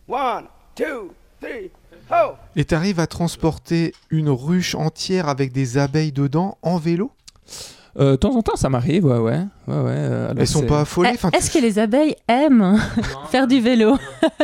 One, two, three, ho! Et t'arrives à transporter une ruche entière avec des abeilles dedans en vélo ? De temps en temps, ça m'arrive, ouais. Alors Elles sont pas affolées Est-ce que les abeilles aiment faire du vélo ?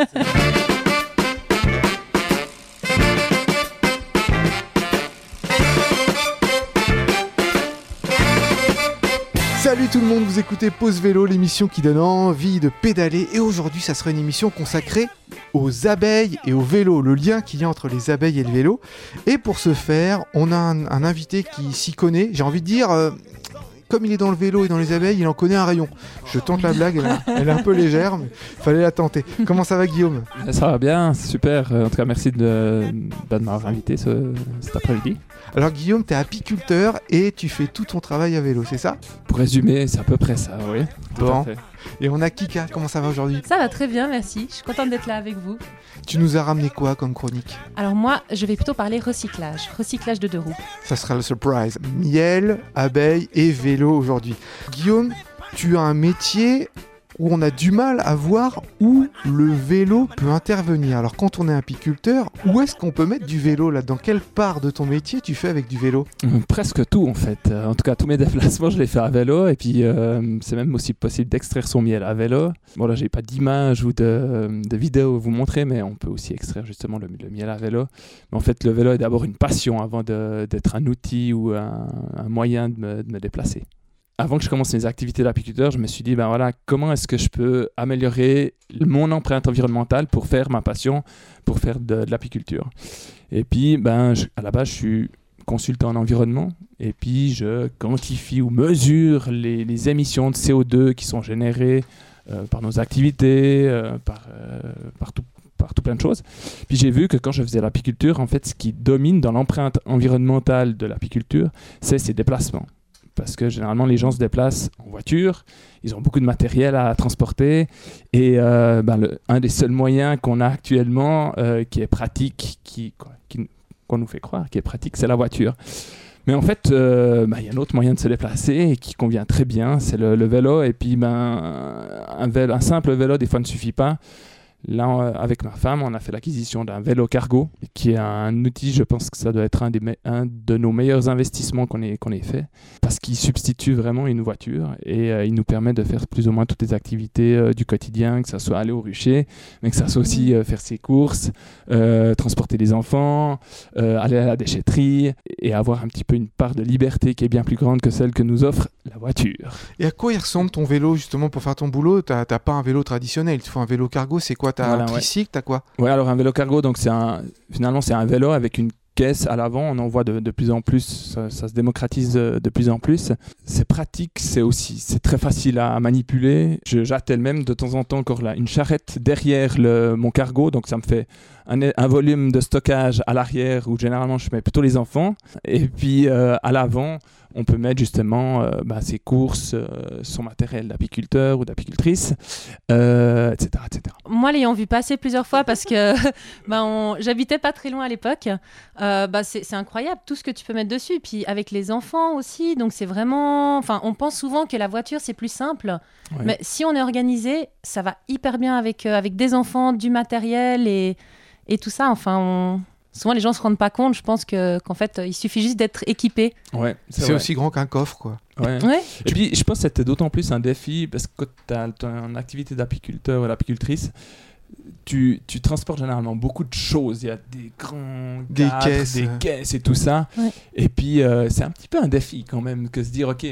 Salut tout le monde, vous écoutez Pause Vélo, l'émission qui donne envie de pédaler. Et aujourd'hui, ça sera une émission consacrée aux abeilles et au vélo, le lien qu'il y a entre les abeilles et le vélo. Et pour ce faire, on a un invité qui s'y connaît. J'ai envie de dire, comme il est dans le vélo et dans les abeilles, il en connaît un rayon. Je tente la blague, elle est un peu légère, mais fallait la tenter. Comment ça va, Guillaume ? Ça va bien, c'est super. En tout cas, merci de m'avoir invité cet après-midi. Alors Guillaume, t'es apiculteur et tu fais tout ton travail à vélo, c'est ça ? Pour résumer, c'est à peu près ça, oui. Bon. Et on a Kika, comment ça va aujourd'hui ? Ça va très bien, merci. Je suis contente d'être là avec vous. Tu nous as ramené quoi comme chronique ? Alors moi, je vais plutôt parler recyclage de 2 roues. Ça sera le surprise. Miel, abeilles et vélo aujourd'hui. Guillaume, tu as un métier où on a du mal à voir où le vélo peut intervenir. Alors quand on est apiculteur, où est-ce qu'on peut mettre du vélo là ? Dans quelle part de ton métier tu fais avec du vélo ? Presque tout en fait. En tout cas, tous mes déplacements, je les fais à vélo. Et puis, c'est même aussi possible d'extraire son miel à vélo. Bon là, j'ai pas d'image ou de vidéo à vous montrer, mais on peut aussi extraire justement le miel à vélo. Mais en fait, le vélo est d'abord une passion avant d'être un outil ou un moyen de me déplacer. Avant que je commence mes activités d'apiculteur, je me suis dit, comment est-ce que je peux améliorer mon empreinte environnementale pour faire ma passion, pour faire de l'apiculture. Et puis, à la base, je suis consultant en environnement et puis je quantifie ou mesure les émissions de CO2 qui sont générées par nos activités, par tout plein de choses. Puis j'ai vu que quand je faisais l'apiculture, en fait, ce qui domine dans l'empreinte environnementale de l'apiculture, c'est ses déplacements. Parce que généralement, les gens se déplacent en voiture, ils ont beaucoup de matériel à transporter, et un des seuls moyens qu'on a actuellement qui est pratique, qu'on nous fait croire qui est pratique, c'est la voiture. Mais en fait, y a un autre moyen de se déplacer et qui convient très bien, c'est le vélo. Et puis, un simple vélo, des fois, ne suffit pas. Là, avec ma femme, on a fait l'acquisition d'un vélo cargo, qui est un outil, je pense que ça doit être un de nos meilleurs investissements qu'on ait fait, parce qu'il substitue vraiment une voiture et il nous permet de faire plus ou moins toutes les activités du quotidien, que ça soit aller au rucher, mais que ça soit aussi faire ses courses, transporter les enfants, aller à la déchetterie et avoir un petit peu une part de liberté qui est bien plus grande que celle que nous offre la voiture. Et à quoi il ressemble ton vélo justement pour faire ton boulot ? T'as pas un vélo traditionnel, tu fais un vélo cargo, c'est quoi ? T'as un tricycle, t'as quoi ? Ouais, alors un vélo cargo, donc finalement c'est un vélo avec une caisse à l'avant, on en voit de plus en plus, ça se démocratise de plus en plus. C'est pratique, c'est très facile à manipuler. J'attelle même de temps en temps encore là une charrette derrière mon cargo, donc ça me fait un volume de stockage à l'arrière où généralement je mets plutôt les enfants. Et puis à l'avant, on peut mettre justement ses courses, son matériel d'apiculteur ou d'apicultrice, etc., etc. Moi, l'ayant vu passer plusieurs fois parce que j'habitais pas très loin à l'époque, c'est incroyable tout ce que tu peux mettre dessus. Et puis avec les enfants aussi, donc c'est vraiment... Enfin, on pense souvent que la voiture, c'est plus simple. Ouais. Mais si on est organisé, ça va hyper bien avec des enfants, du matériel et tout ça. Enfin, souvent, les gens ne se rendent pas compte. Je pense qu'en fait, il suffit juste d'être équipé. Ouais, c'est aussi grand qu'un coffre, quoi. Ouais. Ouais. Et puis, je pense que c'était d'autant plus un défi parce que quand tu as une activité d'apiculteur ou d'apicultrice, tu transportes généralement beaucoup de choses. Il y a des grands cadres, des caisses et tout ça. Ouais. Et puis, c'est un petit peu un défi quand même que se dire, OK,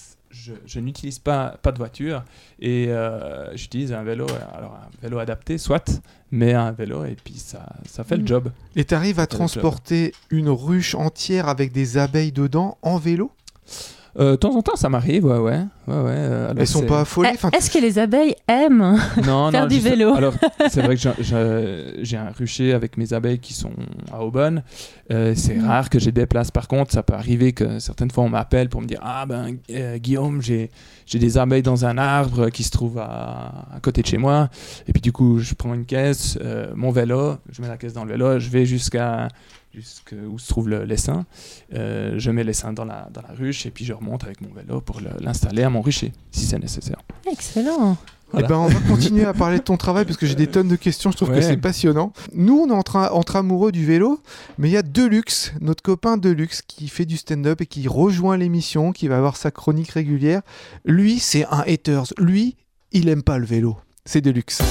je n'utilise pas de voiture et j'utilise un vélo, alors un vélo adapté, soit, mais un vélo et puis ça fait le job. Et tu arrives à transporter une ruche entière avec des abeilles dedans en vélo ? De temps en temps, ça m'arrive, ouais. Elles sont pas affolées. Est-ce que les abeilles aiment faire du vélo ? Alors, c'est vrai que j'ai un rucher avec mes abeilles qui sont à Aubonne. C'est rare que je les déplace. Par contre, ça peut arriver que certaines fois, on m'appelle pour me dire « Guillaume, j'ai des abeilles dans un arbre qui se trouve à côté de chez moi. » Et puis, du coup, je prends une caisse, mon vélo, je mets la caisse dans le vélo, je vais jusqu'où se trouve l'essaim. Je mets l'essaim dans la ruche et puis je remonte avec mon vélo pour l'installer à mon rucher, si c'est nécessaire. Excellent. Voilà. Eh ben, on va continuer à parler de ton travail parce que j'ai des tonnes de questions. Je trouve que c'est passionnant. Nous, on est entre amoureux du vélo, mais il y a Deluxe, notre copain Deluxe, qui fait du stand-up et qui rejoint l'émission, qui va avoir sa chronique régulière. Lui, c'est un haters. Lui, il aime pas le vélo. C'est Deluxe.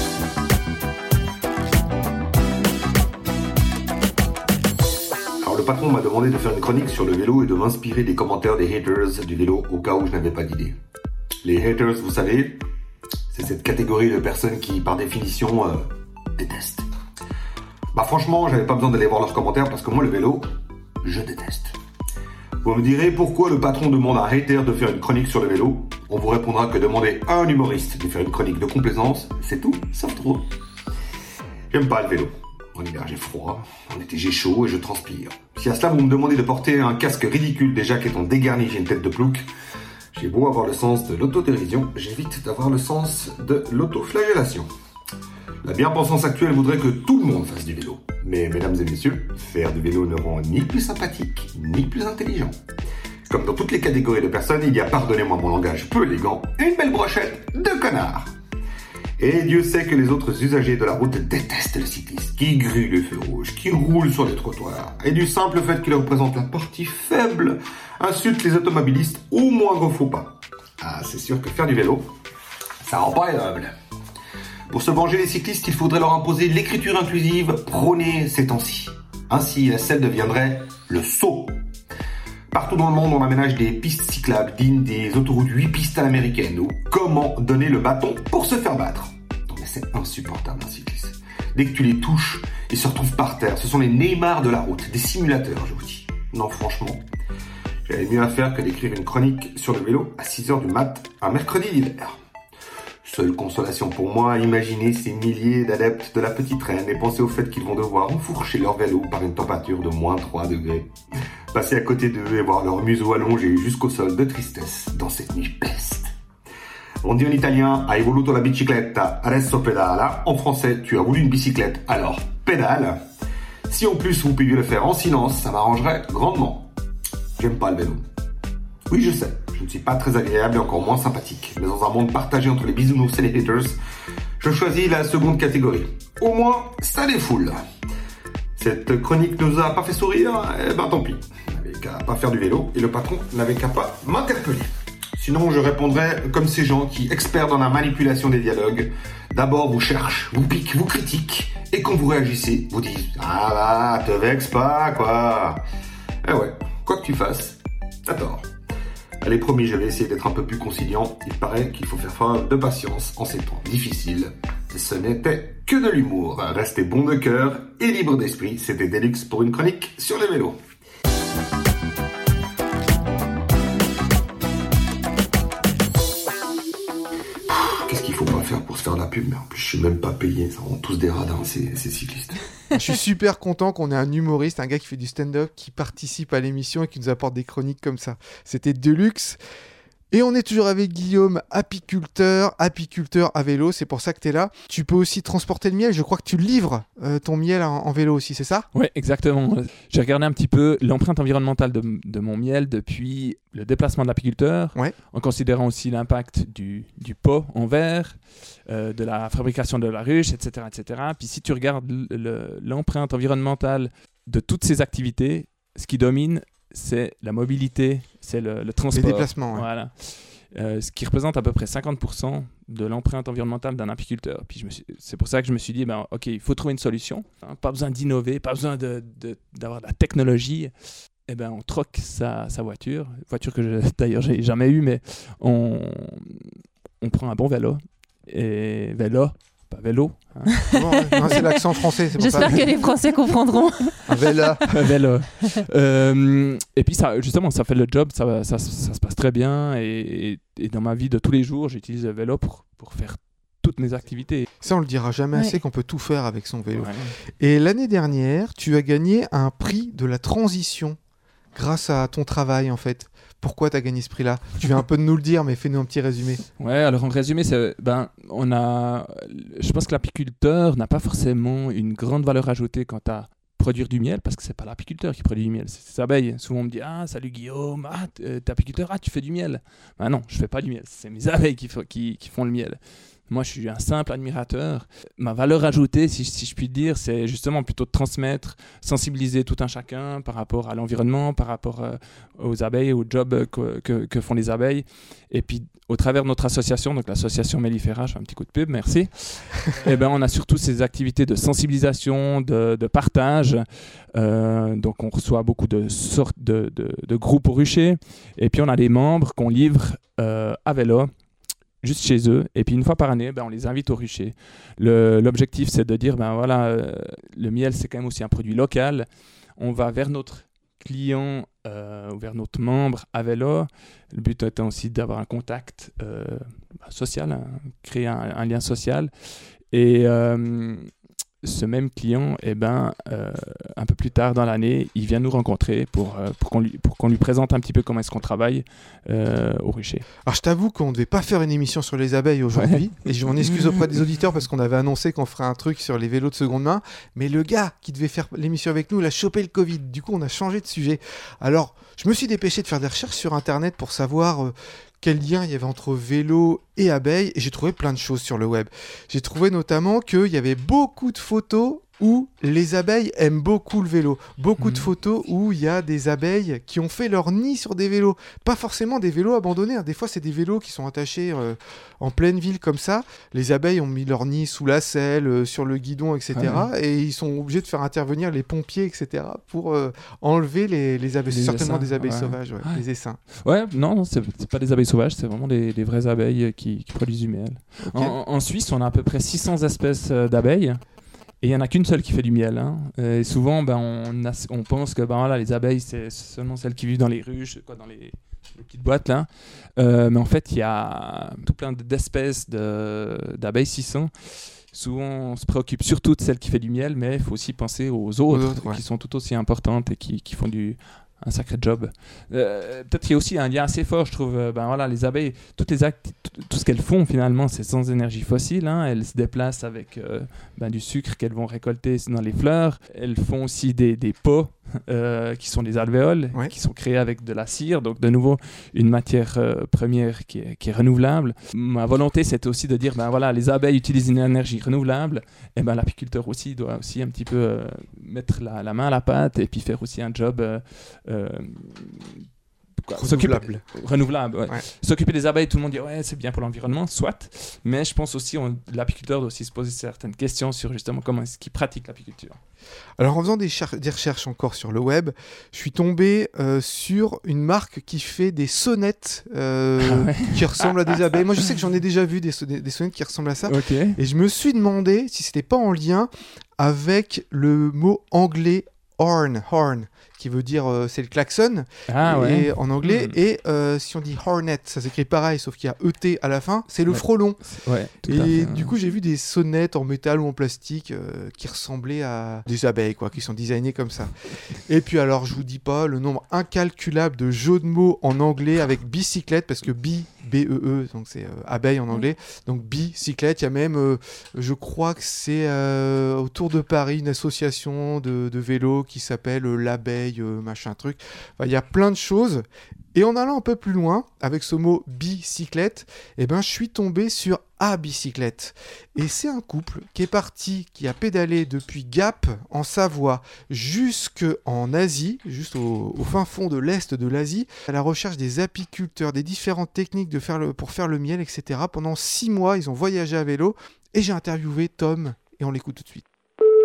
Alors le patron m'a demandé de faire une chronique sur le vélo et de m'inspirer des commentaires des haters du vélo au cas où je n'avais pas d'idée. Les haters, vous savez, c'est cette catégorie de personnes qui, par définition, détestent. Bah franchement, j'avais pas besoin d'aller voir leurs commentaires parce que moi, le vélo, je déteste. Vous me direz pourquoi le patron demande à un hater de faire une chronique sur le vélo. On vous répondra que demander à un humoriste de faire une chronique de complaisance, c'est tout, sauf trop. J'aime pas le vélo. En hiver, j'ai froid. En été, j'ai chaud et je transpire. Si à cela, vous me demandez de porter un casque ridicule déjà qu'étant dégarni, j'ai une tête de plouc, j'ai beau avoir le sens de l'autodérision, j'évite d'avoir le sens de l'autoflagellation. La bien-pensance actuelle voudrait que tout le monde fasse du vélo. Mais mesdames et messieurs, faire du vélo ne rend ni plus sympathique, ni plus intelligent. Comme dans toutes les catégories de personnes, il y a, pardonnez-moi mon langage peu élégant, une belle brochette de connards. Et Dieu sait que les autres usagers de la route détestent le cycliste, qui grue le feu rouge, qui roule sur les trottoirs, et du simple fait qu'il représente la partie faible, insulte les automobilistes au moindre faux pas. Ah, c'est sûr que faire du vélo, ça rend pas aimable. Pour se venger des cyclistes, il faudrait leur imposer l'écriture inclusive prônée ces temps-ci. Ainsi, la selle deviendrait le saut. Partout dans le monde, on aménage des pistes cyclables dignes des autoroutes 8 pistes à l'américaine, ou comment donner le bâton pour se faire battre. Non mais c'est insupportable un cycliste. Dès que tu les touches, ils se retrouvent par terre. Ce sont les Neymar de la route, des simulateurs, je vous dis. Non franchement, j'avais mieux à faire que d'écrire une chronique sur le vélo à 6h du mat, un mercredi d'hiver. Seule consolation pour moi, imaginez ces milliers d'adeptes de la petite reine et pensez au fait qu'ils vont devoir enfourcher leur vélo par une température de moins 3 degrés. Passer à côté d'eux et voir leur museau allongé jusqu'au sol de tristesse dans cette nuit peste. On dit en italien, hai voluto la bicicletta, adesso pedala. En français, tu as voulu une bicyclette, alors pédale. Si en plus vous pouviez le faire en silence, ça m'arrangerait grandement. J'aime pas le vélo. Oui, je sais, je ne suis pas très agréable et encore moins sympathique. Mais dans un monde partagé entre les bisounours et les haters, je choisis la seconde catégorie. Au moins, ça défoule. Cette chronique nous a pas fait sourire, eh ben tant pis. On n'avait qu'à pas faire du vélo et le patron n'avait qu'à pas m'interpeller. Sinon, je répondrais comme ces gens qui, experts dans la manipulation des dialogues, d'abord vous cherchent, vous piquent, vous critiquent, et quand vous réagissez, vous disent « Ah bah, te vexe pas, quoi !» Eh ouais, quoi que tu fasses, t'as tort. Allez, promis, je vais essayer d'être un peu plus conciliant. Il paraît qu'il faut faire preuve de patience en ces temps difficiles. Ce n'était que de l'humour. Restez bon de cœur et libre d'esprit. C'était Deluxe pour une chronique sur les vélos. Qu'est-ce qu'il faut pas faire pour se faire de la pub? Mais en plus, je suis même pas payé. Ça rend tous des radins, ces cyclistes. Je suis super content qu'on ait un humoriste, un gars qui fait du stand-up, qui participe à l'émission et qui nous apporte des chroniques comme ça. C'était Deluxe. Et on est toujours avec Guillaume, apiculteur à vélo, c'est pour ça que tu es là. Tu peux aussi transporter le miel, je crois que tu livres ton miel en vélo aussi, c'est ça? Oui, exactement. J'ai regardé un petit peu l'empreinte environnementale de mon miel depuis le déplacement de l'apiculteur, en considérant aussi l'impact du pot en verre, de la fabrication de la ruche, etc. etc. Puis si tu regardes l'empreinte environnementale de toutes ces activités, ce qui domine, c'est la mobilité, c'est le transport. Les déplacements, ouais. Voilà. Ce qui représente à peu près 50% de l'empreinte environnementale d'un apiculteur. Puis c'est pour ça que je me suis dit, ok, il faut trouver une solution. Hein, pas besoin d'innover, pas besoin d'avoir de la technologie. Eh ben, on troque sa voiture que d'ailleurs j'ai jamais eue, mais on prend un bon vélo. Et vélo, pas vélo. Hein. Non, c'est l'accent français. J'espère que les Français comprendront. Un vélo. Un vélo. Et puis ça, justement, ça fait le job, ça se passe très bien. Et dans ma vie de tous les jours, j'utilise le vélo pour faire toutes mes activités. Ça, on le dira jamais assez qu'on peut tout faire avec son vélo. Ouais. Et l'année dernière, tu as gagné un prix de la transition grâce à ton travail, en fait. Pourquoi tu as gagné ce prix-là? Tu viens un peu de nous le dire, mais fais-nous un petit résumé. Ouais, alors en résumé, je pense que l'apiculteur n'a pas forcément une grande valeur ajoutée quant à produire du miel, parce que c'est pas l'apiculteur qui produit du miel, c'est les abeilles. Souvent on me dit « Ah, salut Guillaume, t'es apiculteur, tu fais du miel ». Ben non, je fais pas du miel, c'est mes abeilles qui font le miel. Moi, je suis un simple admirateur. Ma valeur ajoutée, si je puis dire, c'est justement plutôt de transmettre, sensibiliser tout un chacun par rapport à l'environnement, par rapport aux abeilles, au job que font les abeilles. Et puis, au travers de notre association, donc l'association Mellifera, je fais un petit coup de pub, merci. Et ben, on a surtout ces activités de sensibilisation, de partage. Donc, on reçoit beaucoup de groupes au rucher. Et puis, on a des membres qu'on livre à vélo, juste chez eux, et puis une fois par année, on les invite au rucher. L'objectif, c'est de dire, le miel, c'est quand même aussi un produit local. On va vers notre client ou vers notre membre à vélo. Le but étant aussi d'avoir un contact social, créer un lien social. Et ce même client, un peu plus tard dans l'année, il vient nous rencontrer pour qu'on lui présente un petit peu comment est-ce qu'on travaille au rucher. Alors je t'avoue qu'on ne devait pas faire une émission sur les abeilles aujourd'hui, et je m'en excuse auprès des auditeurs parce qu'on avait annoncé qu'on ferait un truc sur les vélos de seconde main, mais le gars qui devait faire l'émission avec nous, il a chopé le Covid, du coup on a changé de sujet. Alors je me suis dépêché de faire des recherches sur internet pour savoir quel lien il y avait entre vélo et abeilles, et j'ai trouvé plein de choses sur le web. J'ai trouvé notamment qu'il y avait beaucoup de photos où les abeilles aiment beaucoup le vélo. Beaucoup de photos où il y a des abeilles qui ont fait leur nid sur des vélos. Pas forcément des vélos abandonnés, hein. Des fois, c'est des vélos qui sont attachés en pleine ville comme ça. Les abeilles ont mis leur nid sous la selle, sur le guidon, etc. Et ils sont obligés de faire intervenir les pompiers, etc. pour enlever les abeilles. C'est certainement des abeilles sauvages, les essaims. Ouais, non, c'est pas des abeilles sauvages, c'est vraiment des vraies abeilles qui produisent du miel. Okay. En Suisse, on a à peu près 600 espèces d'abeilles. Et il n'y en a qu'une seule qui fait du miel. Hein. Et souvent, on pense que les abeilles, c'est seulement celles qui vivent dans les ruches, dans les petites boîtes. Là. Mais en fait, il y a tout plein d'espèces d'abeilles 600. Souvent, on se préoccupe surtout de celles qui font du miel, mais il faut aussi penser aux autres qui sont tout aussi importantes et qui font un sacré job. Peut-être qu'il y a aussi un lien assez fort, je trouve. Les abeilles, tout ce qu'elles font finalement, c'est sans énergie fossile. Hein. Elles se déplacent avec du sucre qu'elles vont récolter dans les fleurs. Elles font aussi des pots qui sont des alvéoles, qui sont créés avec de la cire. Donc de nouveau, une matière première qui est renouvelable. Ma volonté, c'était aussi de dire, les abeilles utilisent une énergie renouvelable. Et l'apiculteur aussi doit aussi un petit peu mettre la main à la pâte et puis faire aussi un job renouvelable. Ouais. S'occuper des abeilles, tout le monde dit c'est bien pour l'environnement, soit, mais je pense aussi l'apiculteur doit aussi se poser certaines questions sur justement comment est-ce qu'il pratique l'apiculture. Alors en faisant des recherches encore sur le web, je suis tombé sur une marque qui fait des sonnettes qui ressemblent à des abeilles. Moi je sais que j'en ai déjà vu des sonnettes qui ressemblent à ça, et je me suis demandé si c'était pas en lien avec le mot anglais horn, qui veut dire c'est le klaxon et en anglais, et si on dit hornet, ça s'écrit pareil sauf qu'il y a ET à la fin, c'est le frelon. Et du coup j'ai vu des sonnettes en métal ou en plastique qui ressemblaient à des abeilles, qui sont designées comme ça. Et puis alors je vous dis pas le nombre incalculable de jeux de mots en anglais avec bicyclette, parce que B-E-E, donc c'est abeille en anglais, donc bicyclette. Il y a même je crois que c'est autour de Paris une association de vélos qui s'appelle l'abeille machin truc. Enfin, il y a plein de choses. Et en allant un peu plus loin avec ce mot bicyclette, je suis tombé sur A-Bicyclette. Et c'est un couple qui a pédalé depuis Gap en Savoie jusqu'en Asie, juste au fin fond de l'est de l'Asie, à la recherche des apiculteurs, des différentes techniques pour faire le miel, etc. Pendant 6 mois, ils ont voyagé à vélo et j'ai interviewé Tom et on l'écoute tout de suite.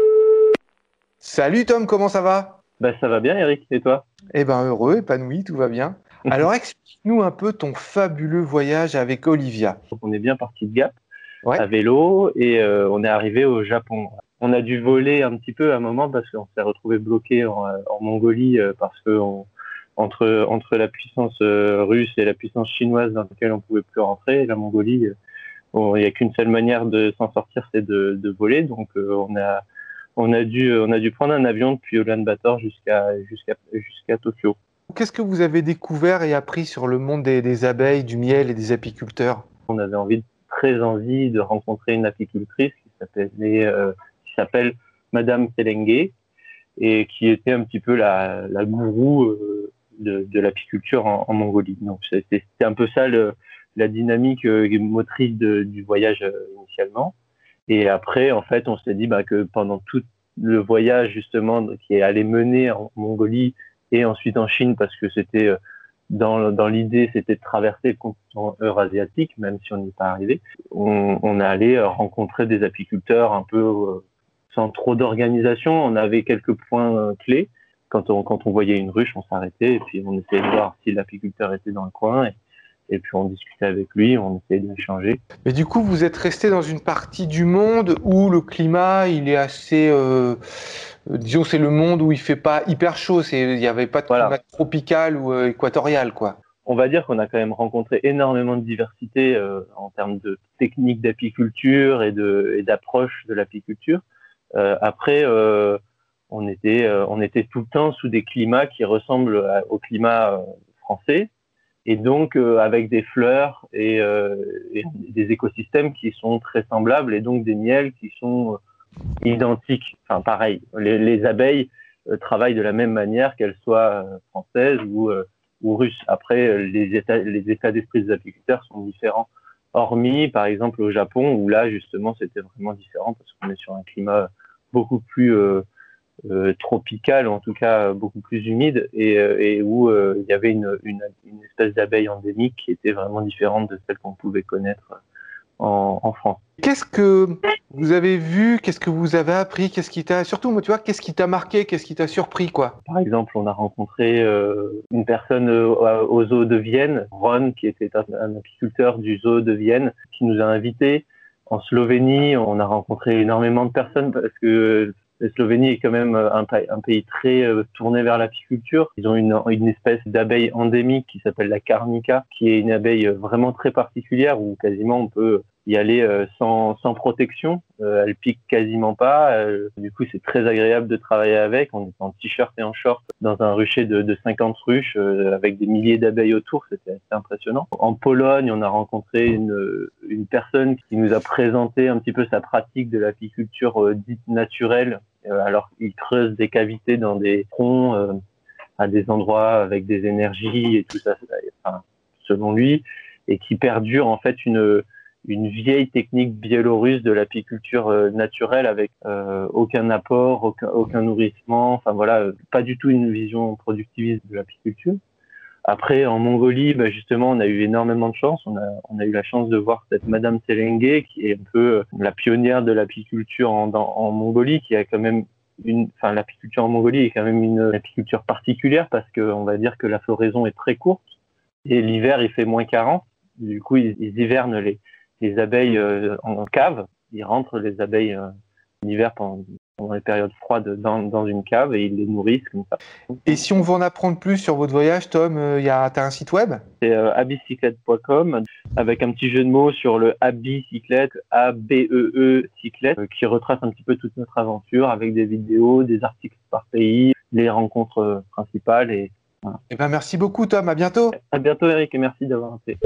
Salut Tom, comment ça va ? Ça va bien Eric, et toi ? Heureux, épanoui, tout va bien. Alors explique-nous un peu ton fabuleux voyage avec Olivia. Donc, on est bien parti de Gap à vélo et on est arrivé au Japon. On a dû voler un petit peu à un moment parce qu'on s'est retrouvé bloqué en Mongolie parce que entre la puissance russe et la puissance chinoise dans laquelle on ne pouvait plus rentrer, la Mongolie, il n'y a qu'une seule manière de s'en sortir, c'est de voler. Donc on a dû prendre un avion depuis Ulaanbaatar jusqu'à Tokyo. Qu'est-ce que vous avez découvert et appris sur le monde des abeilles, du miel et des apiculteurs ? On avait très envie de rencontrer une apicultrice qui s'appelle Madame Selenge et qui était un petit peu la gourou de l'apiculture en Mongolie. Donc c'était un peu ça la dynamique motrice du voyage initialement. Et après, en fait, on s'est dit que pendant tout le voyage justement qui allait mener en Mongolie et ensuite en Chine, parce que c'était dans l'idée, c'était de traverser le continent eurasiatique, même si on n'y est pas arrivé. On allait rencontrer des apiculteurs un peu sans trop d'organisation. On avait quelques points clés. Quand on voyait une ruche, on s'arrêtait et puis on essayait de voir si l'apiculteur était dans le coin. Et puis on discutait avec lui, on essayait d'échanger. Mais du coup, vous êtes resté dans une partie du monde où le climat, il est assez... disons, c'est le monde où il fait pas hyper chaud. Il n'y avait pas de climat tropical ou équatorial, quoi. On va dire qu'on a quand même rencontré énormément de diversité en termes de techniques d'apiculture et d'approche de l'apiculture. Après, on était tout le temps sous des climats qui ressemblent au climat français. Et donc, avec des fleurs et des écosystèmes qui sont très semblables et donc des miels qui sont identiques. Enfin, pareil, les abeilles travaillent de la même manière qu'elles soient françaises ou russes. Après, les états d'esprit des apiculteurs sont différents. Hormis, par exemple, au Japon, où là, justement, c'était vraiment différent parce qu'on est sur un climat beaucoup plus tropical, en tout cas beaucoup plus humide, et où il y avait une espèce d'abeille endémique qui était vraiment différente de celle qu'on pouvait connaître en France. Qu'est-ce que vous avez vu, qu'est-ce que vous avez appris, surtout, tu vois, qu'est-ce qui t'a marqué, qu'est-ce qui t'a surpris, quoi? Par exemple, on a rencontré une personne au zoo de Vienne, Ron, qui était un apiculteur du zoo de Vienne, qui nous a invités. En Slovénie, on a rencontré énormément de personnes parce que la Slovénie est quand même un pays très tourné vers l'apiculture. Ils ont une espèce d'abeille endémique qui s'appelle la Karnika, qui est une abeille vraiment très particulière où quasiment on peut y aller sans protection. Elle pique quasiment pas. Du coup, c'est très agréable de travailler avec. On est en t-shirt et en short dans un rucher de 50 ruches avec des milliers d'abeilles autour. C'était assez impressionnant. En Pologne, on a rencontré une personne qui nous a présenté un petit peu sa pratique de l'apiculture dite naturelle. Alors, il creuse des cavités dans des troncs à des endroits avec des énergies et tout ça, enfin, selon lui, et qui perdure en fait une vieille technique biélorusse de l'apiculture naturelle avec aucun apport, aucun nourrissement, enfin voilà, pas du tout une vision productiviste de l'apiculture. Après, en Mongolie, justement, on a eu énormément de chance. On a eu la chance de voir cette Madame Selenge, qui est un peu la pionnière de l'apiculture en Mongolie, qui a quand même l'apiculture en Mongolie est quand même une apiculture particulière parce qu'on va dire que la floraison est très courte et l'hiver, il fait moins 40. Du coup, ils hivernent les abeilles en cave. Ils rentrent les abeilles l'hiver pendant les périodes froides dans une cave et ils les nourrissent comme ça. Et si on veut en apprendre plus sur votre voyage, Tom, t'as un site web? C'est abicyclette.com avec un petit jeu de mots sur le abicyclette, A-B-E-E cyclette, qui retrace un petit peu toute notre aventure avec des vidéos, des articles par pays, les rencontres principales et voilà. Eh ben merci beaucoup, Tom. À bientôt. À bientôt, Eric, et merci d'avoir été.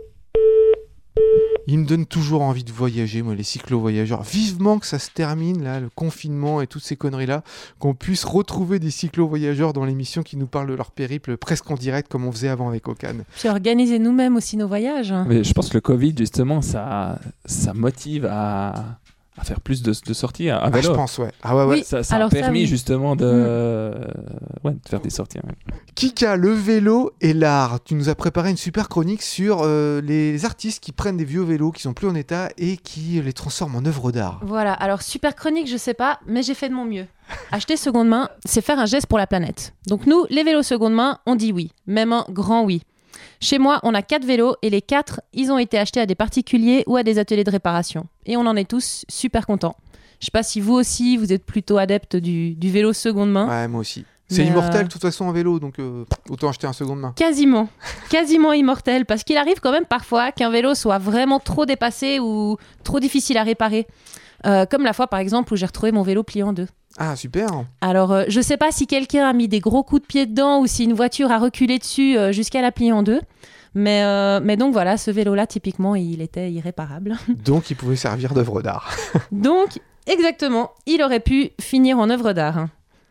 Il me donne toujours envie de voyager, moi, les cyclo-voyageurs. Vivement que ça se termine, là, le confinement et toutes ces conneries-là, qu'on puisse retrouver des cyclo-voyageurs dans l'émission qui nous parlent de leur périple presque en direct, comme on faisait avant avec Okan. Puis organiser nous-mêmes aussi nos voyages. Mais je pense que le Covid, justement, ça motive à faire plus de sorties à vélo. Je pense, ouais. Ah ouais. Oui, ça a permis justement de faire des sorties. Ouais. Kika, le vélo et l'art. Tu nous as préparé une super chronique sur les artistes qui prennent des vieux vélos qui sont plus en état et qui les transforment en œuvres d'art. Voilà, alors super chronique, je sais pas, mais j'ai fait de mon mieux. Acheter seconde main, c'est faire un geste pour la planète. Donc nous, les vélos seconde main, on dit oui, même un grand oui. Chez moi, on a 4 vélos et les 4, ils ont été achetés à des particuliers ou à des ateliers de réparation. Et on en est tous super contents. Je sais pas si vous aussi, vous êtes plutôt adepte du vélo seconde main. Ouais, moi aussi. C'est immortel de toute façon en vélo, donc autant acheter un seconde main. Quasiment immortel, parce qu'il arrive quand même parfois qu'un vélo soit vraiment trop dépassé ou trop difficile à réparer. Comme la fois par exemple où j'ai retrouvé mon vélo plié en 2. Ah, super. Alors, je sais pas si quelqu'un a mis des gros coups de pied dedans ou si une voiture a reculé dessus jusqu'à la plier en 2. Mais donc voilà, ce vélo-là, typiquement, il était irréparable. Donc, il pouvait servir d'œuvre d'art. Donc, exactement, il aurait pu finir en œuvre d'art.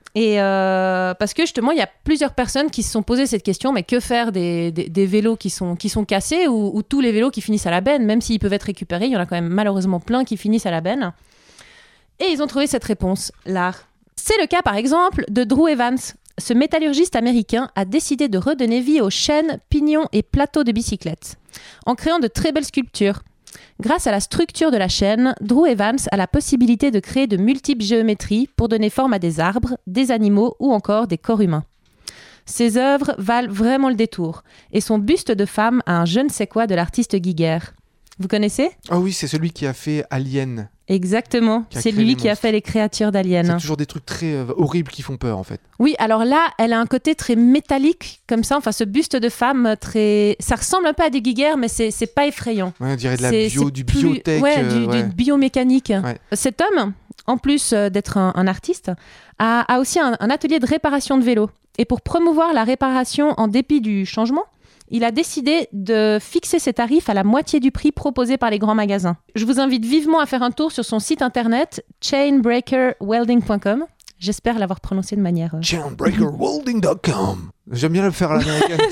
Et parce que justement, il y a plusieurs personnes qui se sont posées cette question, mais que faire des vélos qui sont cassés ou tous les vélos qui finissent à la benne, même s'ils peuvent être récupérés, il y en a quand même malheureusement plein qui finissent à la benne. Et ils ont trouvé cette réponse, l'art. C'est le cas par exemple de Drew Evans. Ce métallurgiste américain a décidé de redonner vie aux chaînes, pignons et plateaux de bicyclettes, en créant de très belles sculptures. Grâce à la structure de la chaîne, Drew Evans a la possibilité de créer de multiples géométries pour donner forme à des arbres, des animaux ou encore des corps humains. Ses œuvres valent vraiment le détour et son buste de femme a un je ne sais quoi de l'artiste Giger. Vous connaissez ? Ah oui, c'est celui qui a fait Alien. Exactement, c'est lui qui a fait les créatures d'Alien. C'est toujours des trucs très horribles qui font peur en fait. Oui, alors là, elle a un côté très métallique comme ça, enfin ce buste de femme très... Ça ressemble un peu à des Giger, mais c'est pas effrayant. Ouais, on dirait du biotech. Ouais, du biomécanique. Ouais. Cet homme, en plus d'être un artiste, a aussi un atelier de réparation de vélos. Et pour promouvoir la réparation en dépit du changement, il a décidé de fixer ses tarifs à la moitié du prix proposé par les grands magasins. Je vous invite vivement à faire un tour sur son site internet chainbreakerwelding.com. J'espère l'avoir prononcé de manière... chainbreakerwelding.com. J'aime bien le faire à l'américaine.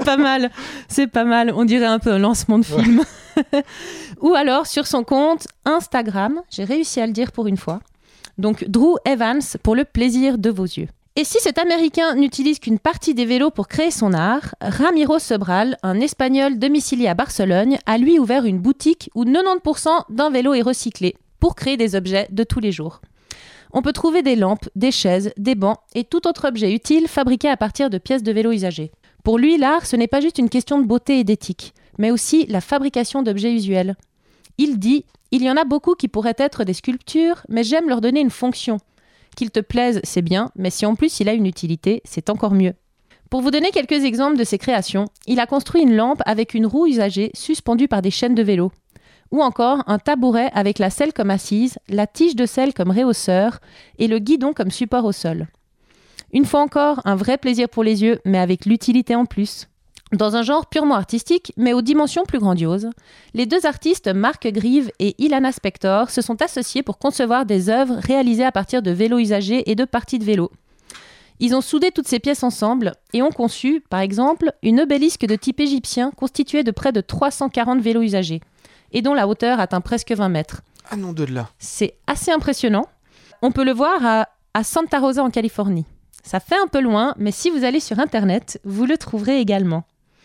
C'est pas mal. On dirait un peu un lancement de film. Ouais. Ou alors sur son compte Instagram, j'ai réussi à le dire pour une fois. Donc Drew Evans pour le plaisir de vos yeux. Et si cet Américain n'utilise qu'une partie des vélos pour créer son art, Ramiro Sobral, un Espagnol domicilié à Barcelone, a lui ouvert une boutique où 90% d'un vélo est recyclé pour créer des objets de tous les jours. On peut trouver des lampes, des chaises, des bancs et tout autre objet utile fabriqué à partir de pièces de vélo usagées. Pour lui, l'art, ce n'est pas juste une question de beauté et d'éthique, mais aussi la fabrication d'objets usuels. Il dit « Il y en a beaucoup qui pourraient être des sculptures, mais j'aime leur donner une fonction. Qu'il te plaise, c'est bien, mais si en plus il a une utilité, c'est encore mieux. » Pour vous donner quelques exemples de ses créations, il a construit une lampe avec une roue usagée suspendue par des chaînes de vélo. Ou encore un tabouret avec la selle comme assise, la tige de selle comme réhausseur et le guidon comme support au sol. Une fois encore, un vrai plaisir pour les yeux, mais avec l'utilité en plus. Dans un genre purement artistique, mais aux dimensions plus grandioses, les deux artistes Mark Grieve et Ilana Spector se sont associés pour concevoir des œuvres réalisées à partir de vélos usagés et de parties de vélo. Ils ont soudé toutes ces pièces ensemble et ont conçu, par exemple, une obélisque de type égyptien constituée de près de 340 vélos usagés et dont la hauteur atteint presque 20 mètres. Ah non, de là. C'est assez impressionnant. On peut le voir à Santa Rosa en Californie. Ça fait un peu loin, mais si vous allez sur Internet, vous le trouverez également.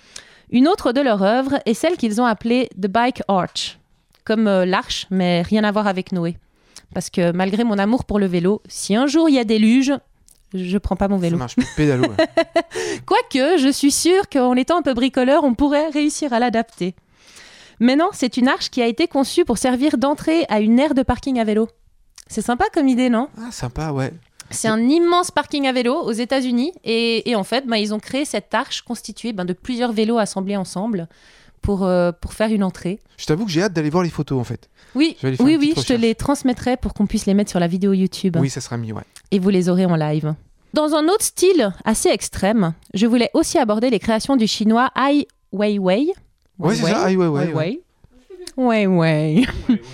Une autre de leurs œuvres est celle qu'ils ont appelée The Bike Arch, comme l'arche, mais rien à voir avec Noé. Parce que malgré mon amour pour le vélo, si un jour il y a déluge, je prends pas mon vélo. Ça marche plus de pédalo. Ouais. Quoique, je suis sûre qu'en étant un peu bricoleur, on pourrait réussir à l'adapter. Mais non, c'est une arche qui a été conçue pour servir d'entrée à une aire de parking à vélo. C'est sympa comme idée, non ? Ah, sympa, ouais. C'est un immense parking à vélo aux États-Unis et en fait, ils ont créé cette arche constituée de plusieurs vélos assemblés ensemble pour faire une entrée. Je t'avoue que j'ai hâte d'aller voir les photos en fait. Oui, je te les transmettrai pour qu'on puisse les mettre sur la vidéo YouTube. Oui, ça sera mieux, ouais. Et vous les aurez en live. Dans un autre style assez extrême, je voulais aussi aborder les créations du chinois Ai Weiwei. Ouais, c'est ça, Ai Weiwei. Ouais.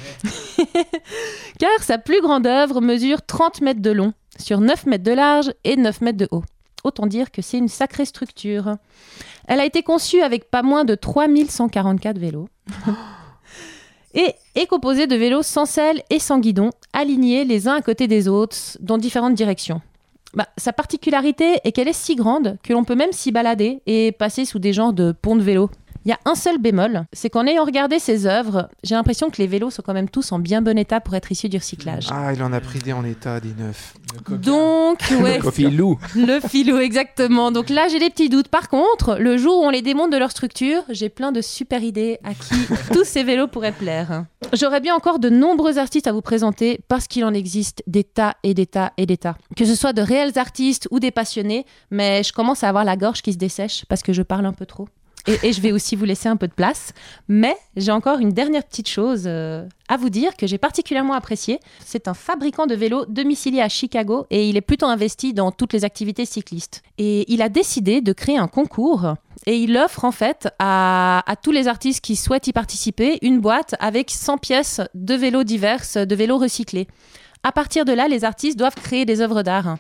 Car sa plus grande œuvre mesure 30 mètres de long, sur 9 mètres de large et 9 mètres de haut. Autant dire que c'est une sacrée structure. Elle a été conçue avec pas moins de 3144 vélos. Et est composée de vélos sans selle et sans guidon, alignés les uns à côté des autres, dans différentes directions. Sa particularité est qu'elle est si grande que l'on peut même s'y balader et passer sous des genres de ponts de vélo. Il y a un seul bémol, c'est qu'en ayant regardé ses œuvres, j'ai l'impression que les vélos sont quand même tous en bien bon état pour être issus du recyclage. Ah, il en a pris des en état, des neufs. Donc, ouais. Le filou. Le filou, exactement. Donc là, j'ai des petits doutes. Par contre, le jour où on les démonte de leur structure, j'ai plein de super idées à qui tous ces vélos pourraient plaire. J'aurais bien encore de nombreux artistes à vous présenter parce qu'il en existe des tas et des tas et des tas. Que ce soit de réels artistes ou des passionnés, mais je commence à avoir la gorge qui se dessèche parce que je parle un peu trop. Et je vais aussi vous laisser un peu de place. Mais j'ai encore une dernière petite chose à vous dire que j'ai particulièrement appréciée. C'est un fabricant de vélos domicilié à Chicago et il est plutôt investi dans toutes les activités cyclistes. Et il a décidé de créer un concours et il offre en fait à tous les artistes qui souhaitent y participer une boîte avec 100 pièces de vélos diverses, de vélos recyclés. À partir de là, les artistes doivent créer des œuvres d'art.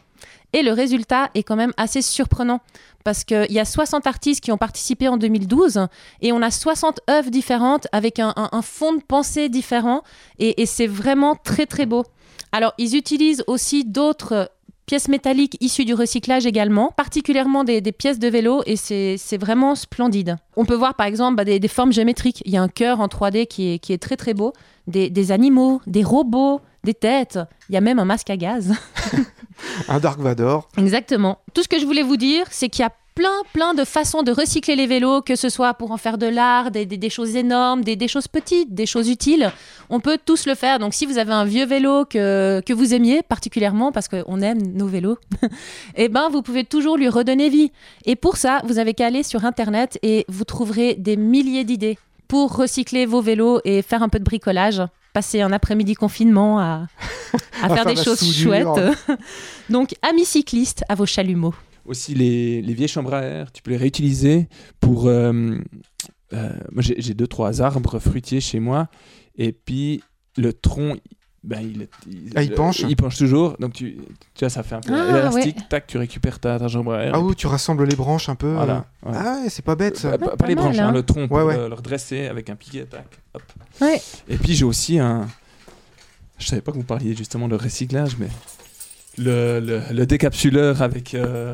Et le résultat est quand même assez surprenant parce qu'il y a 60 artistes qui ont participé en 2012 et on a 60 œuvres différentes avec un fond de pensée différent et c'est vraiment très très beau. Alors ils utilisent aussi d'autres pièces métalliques issues du recyclage également, particulièrement des pièces de vélo et c'est vraiment splendide. On peut voir par exemple des formes géométriques. Il y a un cœur en 3D qui est très très beau, des animaux, des robots, des têtes, il y a même un masque à gaz. Un Dark Vador. Exactement. Tout ce que je voulais vous dire, c'est qu'il y a plein de façons de recycler les vélos, que ce soit pour en faire de l'art, des choses énormes, des choses petites, des choses utiles. On peut tous le faire. Donc, si vous avez un vieux vélo que vous aimiez particulièrement, parce qu'on aime nos vélos, eh ben, vous pouvez toujours lui redonner vie. Et pour ça, vous avez qu'à aller sur Internet et vous trouverez des milliers d'idées pour recycler vos vélos et faire un peu de bricolage. Passer un après-midi confinement à faire des choses chouettes. Donc, amis cyclistes, à vos chalumeaux. Aussi, les vieilles chambres à air, tu peux les réutiliser pour... moi, j'ai 2-3 arbres fruitiers chez moi, et puis le tronc, il penche. Il penche toujours, donc tu vois, ça fait un peu élastique, tac, tu récupères ta chambre à air. Ah oui, tu rassembles les branches un peu. Voilà. Ah ouais, c'est pas bête ça. Pas les branches, le tronc, pour le redresser avec un piquet, tac, hop. Ouais. Et puis j'ai aussi je savais pas que vous parliez justement de recyclage, mais le décapsuleur avec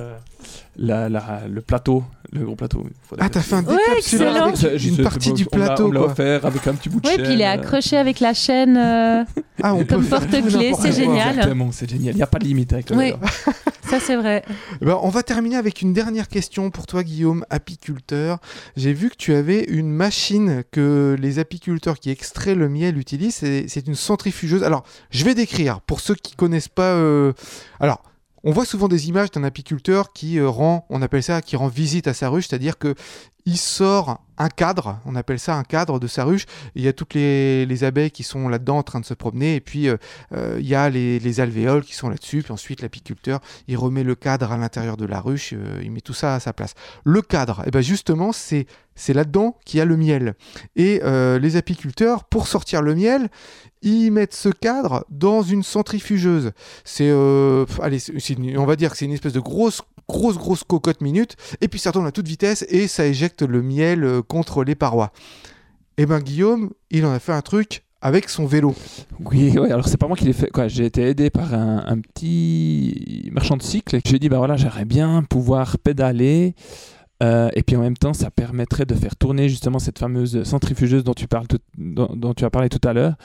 le plateau, le gros plateau. Ah, t'as fait un décapsuleur avec une partie du plateau. On l'a offert avec un petit bout de chaîne. Oui, puis il est accroché avec la chaîne comme porte-clés, c'est génial. Exactement, c'est génial. Il n'y a pas de limite avec le vélo. Ça, c'est vrai. On va terminer avec une dernière question pour toi, Guillaume, apiculteur. J'ai vu que tu avais une machine que les apiculteurs qui extraient le miel utilisent. C'est une centrifugeuse. Alors, je vais décrire pour ceux qui ne connaissent pas. Alors, on voit souvent des images d'un apiculteur qui rend visite à sa ruche, c'est-à-dire qu'il sort un cadre, on appelle ça un cadre de sa ruche, il y a toutes les abeilles qui sont là-dedans en train de se promener, et puis il y a les alvéoles qui sont là-dessus, puis ensuite l'apiculteur, il remet le cadre à l'intérieur de la ruche, il met tout ça à sa place. Le cadre, justement, c'est là-dedans qu'il y a le miel. Et les apiculteurs, pour sortir le miel, ils mettent ce cadre dans une centrifugeuse. On va dire que c'est une espèce de grosse cocotte minute, et puis ça tourne à toute vitesse, et ça éjecte le miel contre les parois. Et Guillaume, il en a fait un truc avec son vélo. Oui, alors c'est pas moi qui l'ai fait. J'ai été aidé par un petit marchand de cycles. Je lui ai dit, j'aimerais bien pouvoir pédaler. Et puis en même temps, ça permettrait de faire tourner justement cette fameuse centrifugeuse dont tu as parlé tout à l'heure.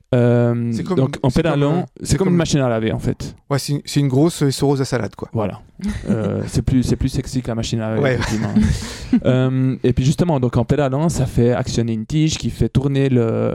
En pédalant, c'est comme une machine à laver en fait. Ouais, c'est une grosse essoreuse à salade quoi. Voilà. C'est plus sexy que la machine à laver. Ouais. Et puis justement, donc en pédalant, ça fait actionner une tige qui fait tourner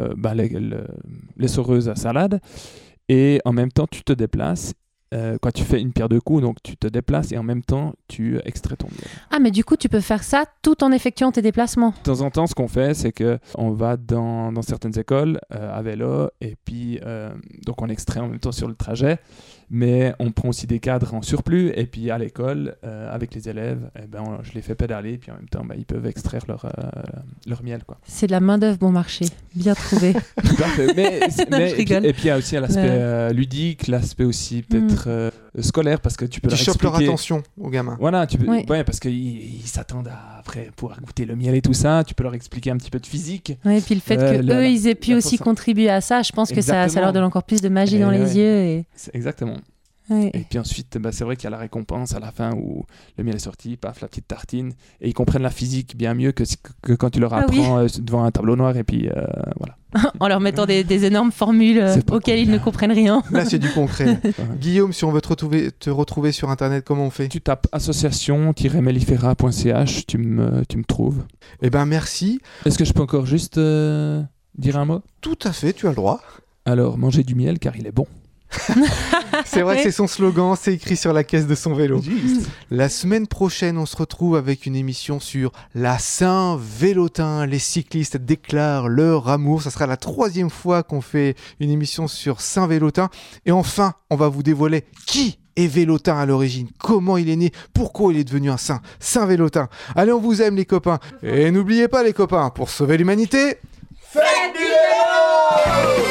l'essoreuse à salade. Et en même temps, tu te déplaces. Quand tu fais une pierre deux coups, donc tu te déplaces et en même temps tu extrais ton miel. Ah, mais du coup tu peux faire ça tout en effectuant tes déplacements. De temps en temps, ce qu'on fait, c'est qu'on va dans certaines écoles à vélo et puis donc on extrait en même temps sur le trajet, mais on prend aussi des cadres en surplus et puis à l'école avec les élèves, je les fais pédaler et puis en même temps ils peuvent extraire leur miel quoi. C'est de la main d'œuvre bon marché, bien trouvé. mais et puis il y a aussi l'aspect ludique, l'aspect aussi peut-être scolaire parce que tu peux leur expliquer. Tu chopes leur attention aux gamins. Voilà, parce qu'ils s'attendent à après pouvoir goûter le miel et tout ça. Tu peux leur expliquer un petit peu de physique. Ouais, et puis le fait qu'eux ils aient pu aussi contribuer à ça, je pense que ça leur donne encore plus de magie dans les yeux. Exactement. Ouais. Et puis ensuite, c'est vrai qu'il y a la récompense à la fin où le miel est sorti, paf, la petite tartine, et ils comprennent la physique bien mieux que quand tu leur apprends devant un tableau noir et puis voilà. En leur mettant des énormes formules auxquelles ils ne comprennent rien. Là, c'est du concret. Guillaume, si on veut te retrouver sur Internet, comment on fait ? Tu tapes association-mellifera.ch, tu me trouves. Eh ben, merci. Est-ce que je peux encore juste dire un mot ? Tout à fait, tu as le droit. Alors, mangez du miel car il est bon. C'est vrai que c'est son slogan, c'est écrit sur la caisse de son vélo. Juste. La semaine prochaine, on se retrouve avec une émission sur la Saint-Vélotin. Les cyclistes déclarent leur amour. Ça sera la 3e fois qu'on fait une émission sur Saint-Vélotin. Et enfin, on va vous dévoiler qui est Vélotin à l'origine, comment il est né, pourquoi il est devenu un Saint-Vélotin. Allez, on vous aime les copains. Et n'oubliez pas les copains, pour sauver l'humanité, faites du vélo!